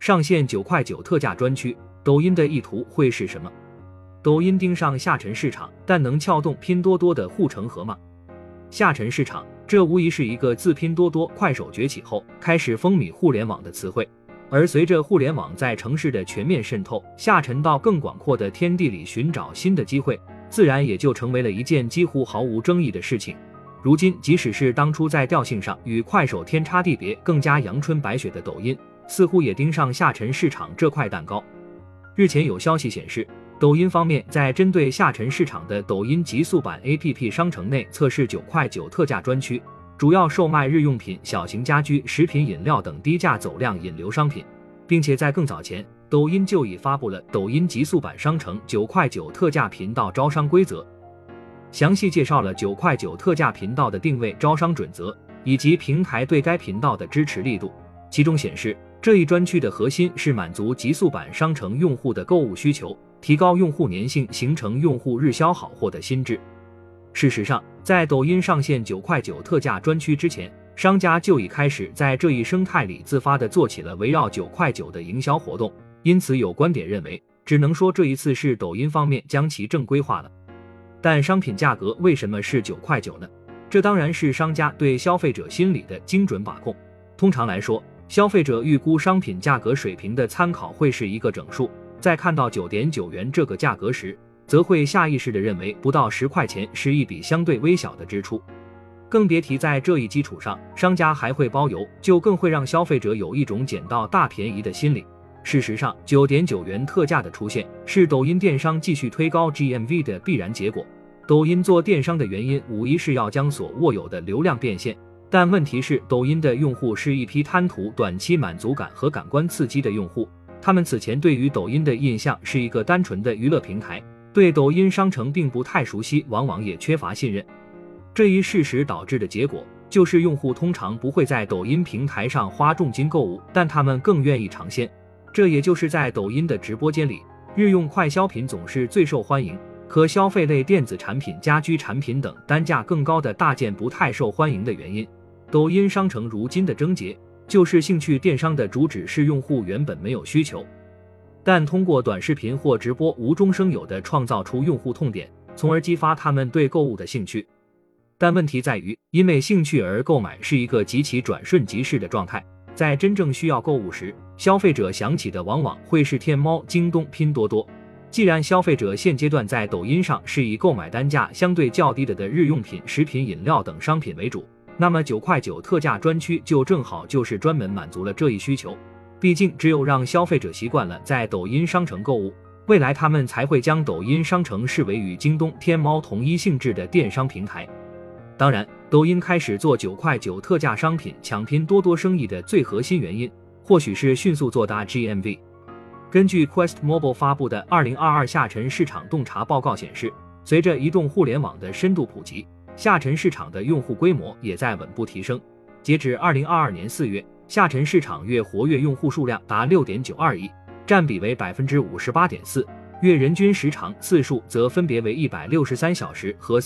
上线9.9块特价专区，抖音的意图会是什么？抖音盯上下沉市场，但能撬动拼多多的护城河吗？下沉市场，这无疑是一个自拼多多、快手崛起后开始风靡互联网的词汇。而随着互联网在城市的全面渗透，下沉到更广阔的天地里寻找新的机会，自然也就成为了一件几乎毫无争议的事情。如今，即使是当初在调性上与快手天差地别、更加阳春白雪的抖音，似乎也盯上下沉市场这块蛋糕。日前有消息显示，抖音方面在针对下沉市场的抖音极速版 APP 商城内测试9.9块特价专区，主要售卖日用品、小型家居、食品饮料等低价走量引流商品，并且在更早前，抖音就已发布了抖音极速版商城9.9特价频道招商规则，详细介绍了9.9特价频道的定位、招商准则以及平台对该频道的支持力度。其中显示，这一专区的核心是满足极速版商城用户的购物需求，提高用户粘性，形成用户日销好货的心智。事实上，在抖音上线9.9特价专区之前，商家就已开始在这一生态里自发地做起了围绕9.9的营销活动，因此有观点认为，只能说这一次是抖音方面将其正规化了。但商品价格为什么是9.9呢？这当然是商家对消费者心理的精准把控。通常来说，消费者预估商品价格水平的参考会是一个整数，在看到9.9元这个价格时，则会下意识地认为不到10块钱是一笔相对微小的支出。更别提在这一基础上，商家还会包邮，就更会让消费者有一种捡到大便宜的心理。事实上，9.9元特价的出现是抖音电商继续推高 GMV 的必然结果。抖音做电商的原因无疑是要将所握有的流量变现，但问题是，抖音的用户是一批贪图短期满足感和感官刺激的用户，他们此前对于抖音的印象是一个单纯的娱乐平台，对抖音商城并不太熟悉，往往也缺乏信任。这一事实导致的结果就是用户通常不会在抖音平台上花重金购物，但他们更愿意尝鲜。这也就是在抖音的直播间里，日用快消品总是最受欢迎，可消费类电子产品、家居产品等单价更高的大件不太受欢迎的原因。抖音商城如今的症结，就是兴趣电商的主旨是用户原本没有需求，但通过短视频或直播无中生有地创造出用户痛点，从而激发他们对购物的兴趣。但问题在于，因为兴趣而购买是一个极其转瞬即逝的状态，在真正需要购物时，消费者想起的往往会是天猫、京东、拼多多。既然消费者现阶段在抖音上是以购买单价相对较低的日用品、食品饮料等商品为主，那么9.9特价专区就正好就是专门满足了这一需求。毕竟只有让消费者习惯了在抖音商城购物，未来他们才会将抖音商城视为与京东、天猫同一性质的电商平台。当然，抖音开始做9.9特价商品抢拼多多生意的最核心原因，或许是迅速做大 GMV。根据 Quest Mobile 发布的2022下沉市场洞察报告显示，随着移动互联网的深度普及，下沉市场的用户规模也在稳步提升。截止2022年4月，下沉市场月活跃用户数量达 6.92 亿，占比为 58.4%， 月人均时长次数则分别为163小时和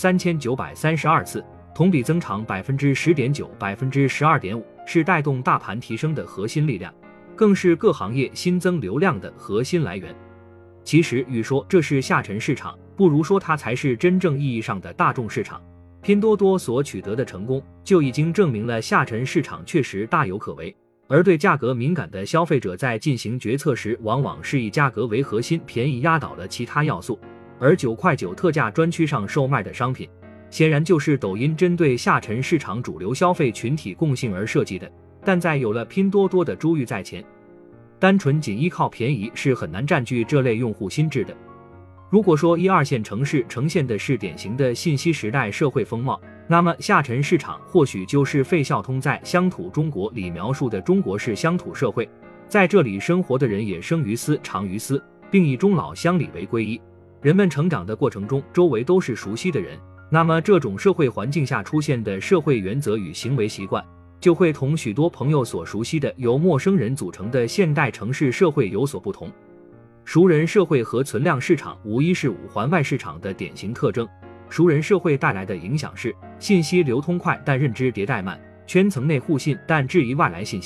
3932次，同比增长 10.9%、12.5%， 是带动大盘提升的核心力量，更是各行业新增流量的核心来源。其实与说这是下沉市场，不如说它才是真正意义上的大众市场。拼多多所取得的成功就已经证明了下沉市场确实大有可为，而对价格敏感的消费者在进行决策时，往往是以价格为核心，便宜压倒了其他要素。而9.9特价专区上售卖的商品，显然就是抖音针对下沉市场主流消费群体共性而设计的。但在有了拼多多的珠玉在前，单纯仅依靠便宜是很难占据这类用户心智的。如果说1、2线城市呈现的是典型的信息时代社会风貌，那么下沉市场或许就是费孝通在《乡土中国》里描述的中国式乡土社会。在这里生活的人也生于斯，长于斯，并以终老乡里为归依。人们成长的过程中，周围都是熟悉的人，那么这种社会环境下出现的社会原则与行为习惯，就会同许多朋友所熟悉的由陌生人组成的现代城市社会有所不同。熟人社会和存量市场无疑是五环外市场的典型特征。熟人社会带来的影响是信息流通快但认知迭代慢，圈层内互信但质疑外来信息，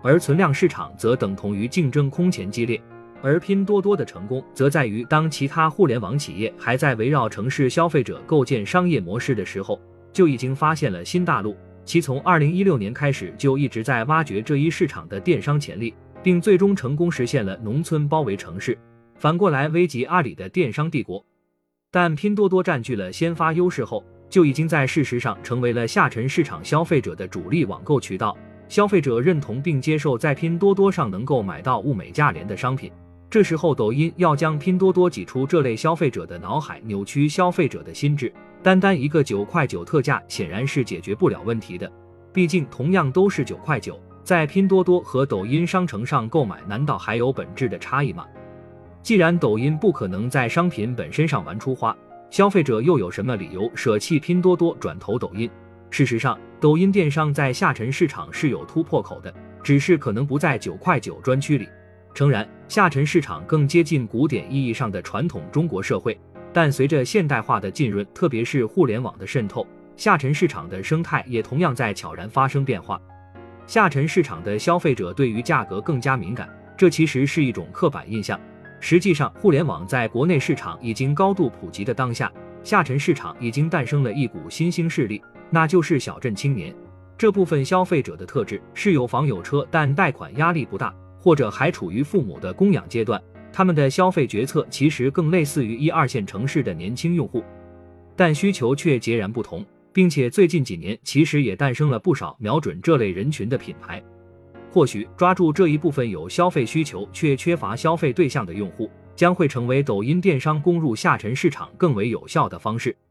而存量市场则等同于竞争空前激烈。而拼多多的成功则在于，当其他互联网企业还在围绕城市消费者构建商业模式的时候，就已经发现了新大陆，其从2016年开始就一直在挖掘这一市场的电商潜力，并最终成功实现了农村包围城市，反过来危及阿里的电商帝国。但拼多多占据了先发优势后，就已经在事实上成为了下沉市场消费者的主力网购渠道，消费者认同并接受在拼多多上能够买到物美价廉的商品。这时候抖音要将拼多多挤出这类消费者的脑海，扭曲消费者的心智，单单一个9块9特价显然是解决不了问题的。毕竟同样都是9块9，在拼多多和抖音商城上购买，难道还有本质的差异吗？既然抖音不可能在商品本身上玩出花，消费者又有什么理由舍弃拼多多转投抖音？事实上，抖音电商在下沉市场是有突破口的，只是可能不在9块9专区里。诚然，下沉市场更接近古典意义上的传统中国社会，但随着现代化的浸润，特别是互联网的渗透，下沉市场的生态也同样在悄然发生变化。下沉市场的消费者对于价格更加敏感，这其实是一种刻板印象。实际上，互联网在国内市场已经高度普及的当下，下沉市场已经诞生了一股新兴势力，那就是小镇青年。这部分消费者的特质是有房有车，但贷款压力不大，或者还处于父母的供养阶段，他们的消费决策其实更类似于1、2线城市的年轻用户，但需求却截然不同，并且最近几年其实也诞生了不少瞄准这类人群的品牌。或许抓住这一部分有消费需求却缺乏消费对象的用户，将会成为抖音电商攻入下沉市场更为有效的方式。